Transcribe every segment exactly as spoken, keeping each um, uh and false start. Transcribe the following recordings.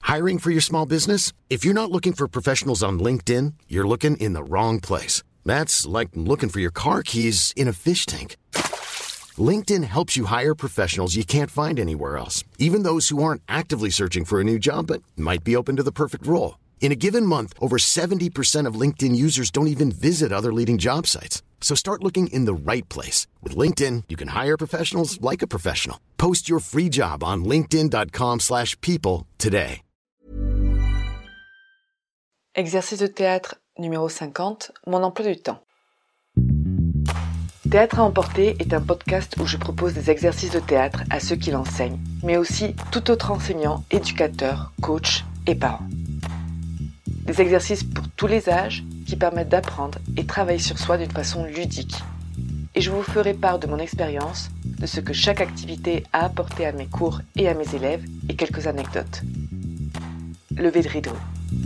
Hiring for your small business? If you're not looking for professionals on LinkedIn, you're looking in the wrong place. That's like looking for your car keys in a fish tank. LinkedIn helps you hire professionals you can't find anywhere else, even those who aren't actively searching for a new job but might be open to the perfect role. In a given month, over seventy percent of LinkedIn users don't even visit other leading job sites. So start looking in the right place. With LinkedIn, you can hire professionals like a professional. Post your free job on linkedin.com slash people today. Exercice de théâtre numéro cinquante, mon emploi du temps. Théâtre à emporter est un podcast où je propose des exercices de théâtre à ceux qui l'enseignent, mais aussi tout autre enseignant, éducateur, coach et parent. Des exercices pour tous les âges qui permettent d'apprendre et travailler sur soi d'une façon ludique. Et je vous ferai part de mon expérience, de ce que chaque activité a apporté à mes cours et à mes élèves et quelques anecdotes. Levée de rideau.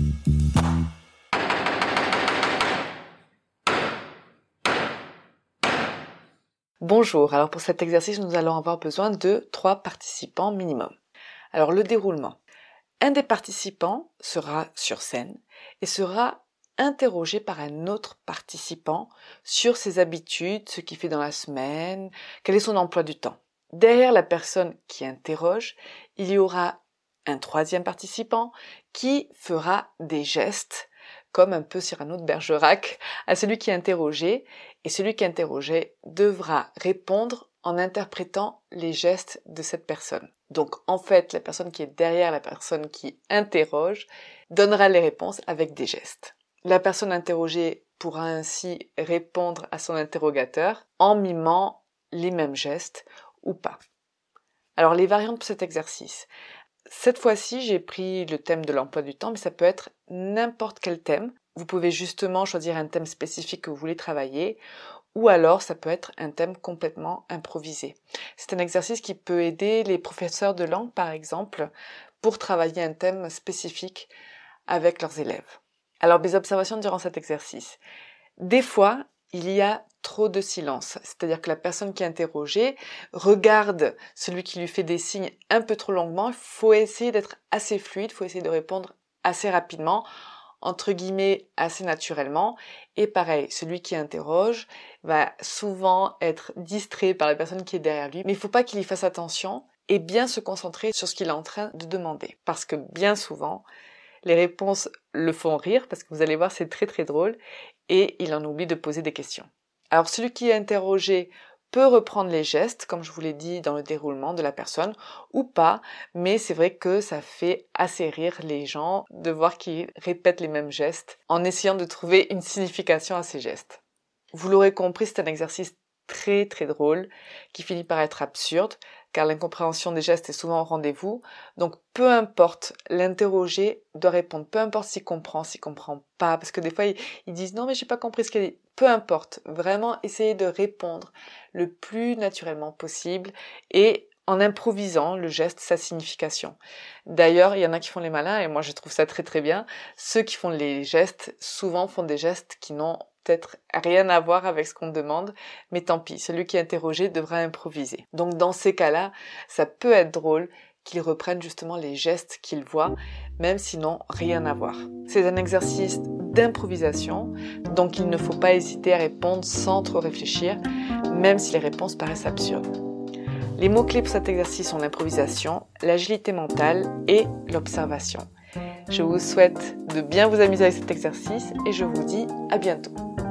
Bonjour, alors pour cet exercice, nous allons avoir besoin de trois participants minimum. Alors le déroulement. Un des participants sera sur scène et sera interrogé par un autre participant sur ses habitudes, ce qu'il fait dans la semaine, quel est son emploi du temps. Derrière la personne qui interroge, il y aura un troisième participant qui fera des gestes, comme un peu Cyrano de Bergerac, à celui qui est interrogé, et celui qui est interrogé devra répondre en interprétant les gestes de cette personne. Donc en fait, la personne qui est derrière la personne qui interroge donnera les réponses avec des gestes. La personne interrogée pourra ainsi répondre à son interrogateur en mimant les mêmes gestes ou pas. Alors les variantes pour cet exercice. Cette fois-ci, j'ai pris le thème de l'emploi du temps, mais ça peut être n'importe quel thème. Vous pouvez justement choisir un thème spécifique que vous voulez travailler, ou alors ça peut être un thème complètement improvisé. C'est un exercice qui peut aider les professeurs de langue, par exemple, pour travailler un thème spécifique avec leurs élèves. Alors, mes observations durant cet exercice. Des fois, il y a trop de silence, c'est-à-dire que la personne qui est interrogée regarde celui qui lui fait des signes un peu trop longuement. Il faut essayer d'être assez fluide, il faut essayer de répondre assez rapidement, entre guillemets assez naturellement. Et pareil, celui qui interroge va souvent être distrait par la personne qui est derrière lui, mais il ne faut pas qu'il y fasse attention et bien se concentrer sur ce qu'il est en train de demander. Parce que bien souvent, les réponses le font rire, parce que vous allez voir, c'est très très drôle, et il en oublie de poser des questions. Alors celui qui est interrogé peut reprendre les gestes, comme je vous l'ai dit dans le déroulement de la personne, ou pas, mais c'est vrai que ça fait assez rire les gens de voir qu'ils répètent les mêmes gestes en essayant de trouver une signification à ces gestes. Vous l'aurez compris, c'est un exercice très très drôle qui finit par être absurde, car l'incompréhension des gestes est souvent au rendez-vous. Donc peu importe, l'interrogé doit répondre, peu importe s'il comprend, s'il comprend pas, parce que des fois ils, ils disent non mais j'ai pas compris ce qu'elle dit. Peu importe, vraiment essayez de répondre le plus naturellement possible et en improvisant le geste, sa signification. D'ailleurs, il y en a qui font les malins et moi je trouve ça très très bien. Ceux qui font les gestes, souvent font des gestes qui n'ont peut-être rien à voir avec ce qu'on demande, mais tant pis, celui qui est interrogé devra improviser. Donc dans ces cas-là, ça peut être drôle qu'ils reprennent justement les gestes qu'ils voient, même s'ils n'ont rien à voir. C'est un exercice d'improvisation, donc il ne faut pas hésiter à répondre sans trop réfléchir, même si les réponses paraissent absurdes. Les mots-clés pour cet exercice sont l'improvisation, l'agilité mentale et l'observation. Je vous souhaite de bien vous amuser avec cet exercice et je vous dis à bientôt.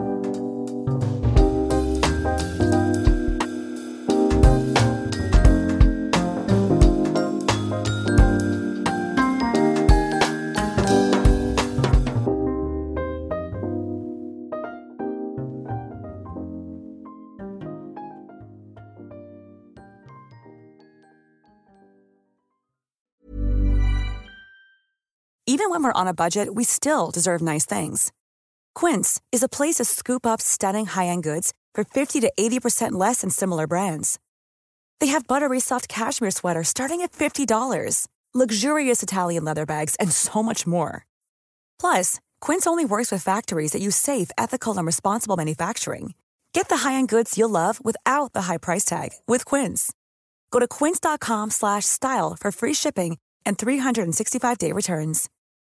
Even when we're on a budget, we still deserve nice things. Quince is a place to scoop up stunning high-end goods for fifty to eighty percent less than similar brands. They have buttery soft cashmere sweaters starting at fifty dollars, luxurious Italian leather bags, and so much more. Plus, Quince only works with factories that use safe, ethical, and responsible manufacturing. Get the high-end goods you'll love without the high price tag with Quince. Go to quince.com slash style for free shipping and three hundred sixty-five day returns.